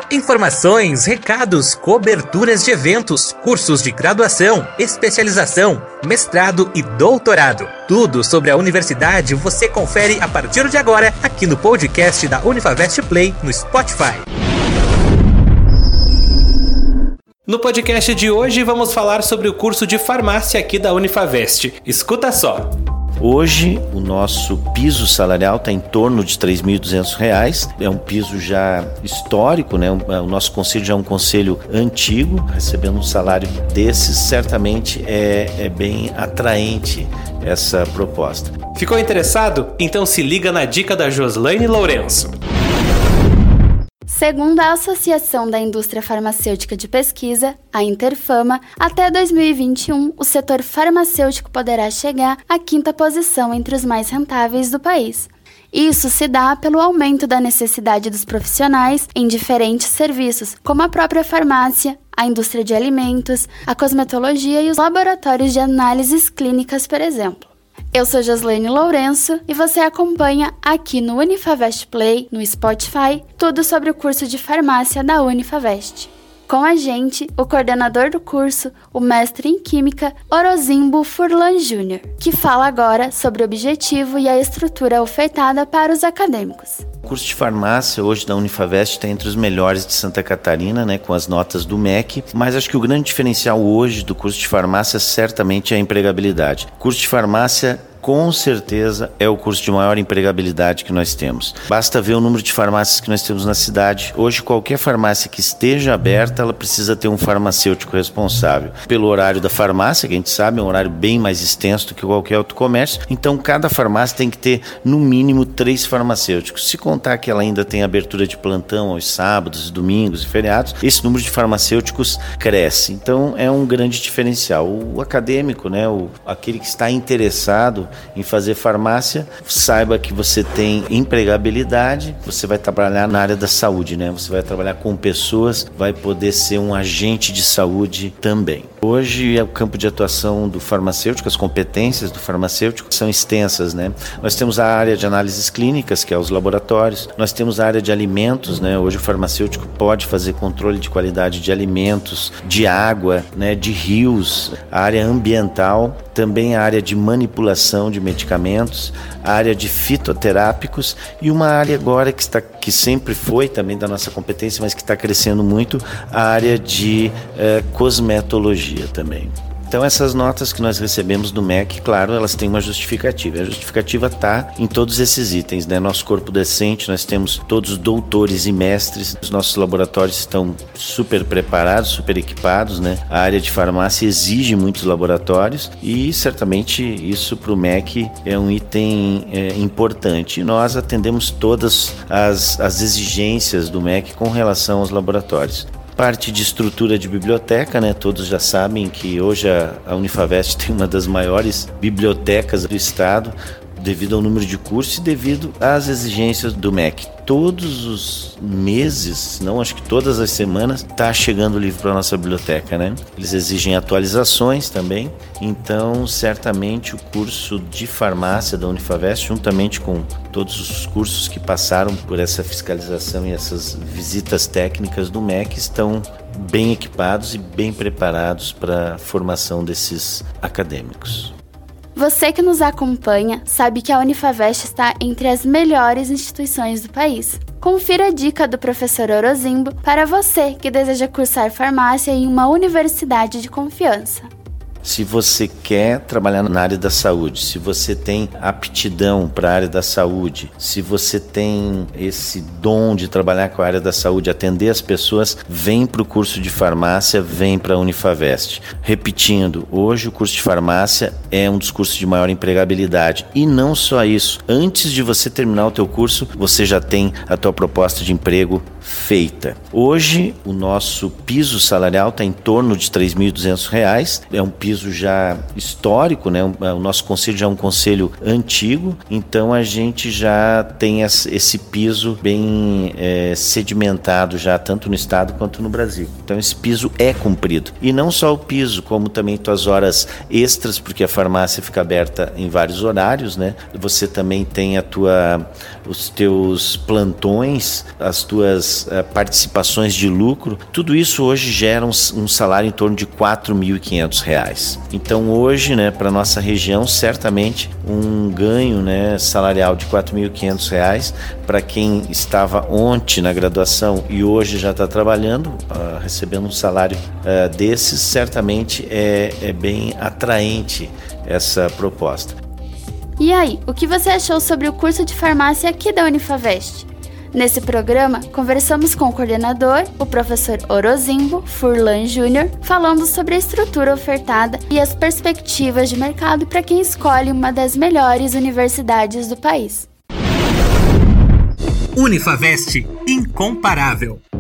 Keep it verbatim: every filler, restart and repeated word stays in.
Informações, recados, coberturas de eventos, cursos de graduação, especialização, mestrado e doutorado. Tudo sobre a universidade você confere a partir de agora aqui no podcast da Unifavest Play no Spotify. No podcast de hoje vamos falar sobre o curso de farmácia aqui da Unifavest. Escuta só! Hoje, o nosso piso salarial está em torno de três mil e duzentos reais. É um piso já histórico, né? O nosso conselho já é um conselho antigo. Recebendo um salário desses, certamente é, é bem atraente essa proposta. Ficou interessado? Então se liga na dica da Joslaine Lourenço. Segundo a Associação da Indústria Farmacêutica de Pesquisa, a Interfama, até dois mil e vinte e um, o setor farmacêutico poderá chegar à quinta posição entre os mais rentáveis do país. Isso se dá pelo aumento da necessidade dos profissionais em diferentes serviços, como a própria farmácia, a indústria de alimentos, a cosmetologia e os laboratórios de análises clínicas, por exemplo. Eu sou Joslaine Lourenço e você acompanha aqui no Unifavest Play, no Spotify, tudo sobre o curso de farmácia da Unifavest. Com a gente, o coordenador do curso, o mestre em Química, Orozimbo Furlan Júnior, que fala agora sobre o objetivo e a estrutura ofertada para os acadêmicos. O curso de farmácia hoje da Unifavest está entre os melhores de Santa Catarina, né, com as notas do M E C, mas acho que o grande diferencial hoje do curso de farmácia certamente é a empregabilidade. O curso de farmácia com certeza é o curso de maior empregabilidade que nós temos. Basta ver o número de farmácias que nós temos na cidade. Hoje, qualquer farmácia que esteja aberta, ela precisa ter um farmacêutico responsável. Pelo horário da farmácia, que a gente sabe, é um horário bem mais extenso do que qualquer outro comércio. Então, cada farmácia tem que ter, no mínimo, três farmacêuticos. Se contar que ela ainda tem abertura de plantão aos sábados, domingos e feriados, esse número de farmacêuticos cresce. Então, é um grande diferencial. O acadêmico, né, o, aquele que está interessado em fazer farmácia, saiba que você tem empregabilidade, você vai trabalhar na área da saúde, né? Você vai trabalhar com pessoas, vai poder ser um agente de saúde também. Hoje, o campo de atuação do farmacêutico, as competências do farmacêutico são extensas, né? Nós temos a área de análises clínicas, que é os laboratórios, nós temos a área de alimentos, né? Hoje o farmacêutico pode fazer controle de qualidade de alimentos, de água, né? De rios, a área ambiental, também a área de manipulação de medicamentos, a área de fitoterápicos e uma área agora que, está, que sempre foi também da nossa competência, mas que está crescendo muito, a área de eh, cosmetologia também. Então essas notas que nós recebemos do M E C, claro, elas têm uma justificativa. A justificativa está em todos esses itens, né? Nosso corpo docente, nós temos todos doutores e mestres, os nossos laboratórios estão super preparados, super equipados, né? A área de farmácia exige muitos laboratórios e certamente isso para o M E C é um item é, importante. E nós atendemos todas as, as exigências do M E C com relação aos laboratórios. Parte de estrutura de biblioteca, né? Todos já sabem que hoje a, a Unifavest tem uma das maiores bibliotecas do estado, devido ao número de cursos e devido às exigências do M E C. Todos os meses, se não acho que todas as semanas, está chegando o livro para a nossa biblioteca, né? Eles exigem atualizações também, então certamente o curso de farmácia da Unifavest, juntamente com todos os cursos que passaram por essa fiscalização e essas visitas técnicas do M E C, estão bem equipados e bem preparados para a formação desses acadêmicos. Você que nos acompanha sabe que a Unifavest está entre as melhores instituições do país. Confira a dica do professor Orozimbo para você que deseja cursar farmácia em uma universidade de confiança. Se você quer trabalhar na área da saúde, se você tem aptidão para a área da saúde, se você tem esse dom de trabalhar com a área da saúde, atender as pessoas, vem para o curso de farmácia, vem para a Unifavest. Repetindo, hoje o curso de farmácia é um dos cursos de maior empregabilidade. E não só isso, antes de você terminar o teu curso, você já tem a tua proposta de emprego feita. Hoje, o nosso piso salarial está em torno de três mil e duzentos reais, é um piso piso já histórico, né? O nosso conselho já é um conselho antigo, então a gente já tem esse piso bem é, sedimentado já, tanto no estado quanto no Brasil. Então esse piso é cumprido. E não só o piso, como também tuas horas extras, porque a farmácia fica aberta em vários horários, né? Você também tem a tua, os teus plantões, as tuas uh, participações de lucro. Tudo isso hoje gera um, um salário em torno de quatro mil e quinhentos reais. Então hoje, né, para nossa região, certamente um ganho, né, salarial de quatro mil e quinhentos reais para quem estava ontem na graduação e hoje já está trabalhando, uh, recebendo um salário uh, desses, certamente é, é bem atraente essa proposta. E aí, o que você achou sobre o curso de farmácia aqui da Unifavest? Nesse programa, conversamos com o coordenador, o professor Orozimbo Furlan Júnior, falando sobre a estrutura ofertada e as perspectivas de mercado para quem escolhe uma das melhores universidades do país. Unifavest, incomparável.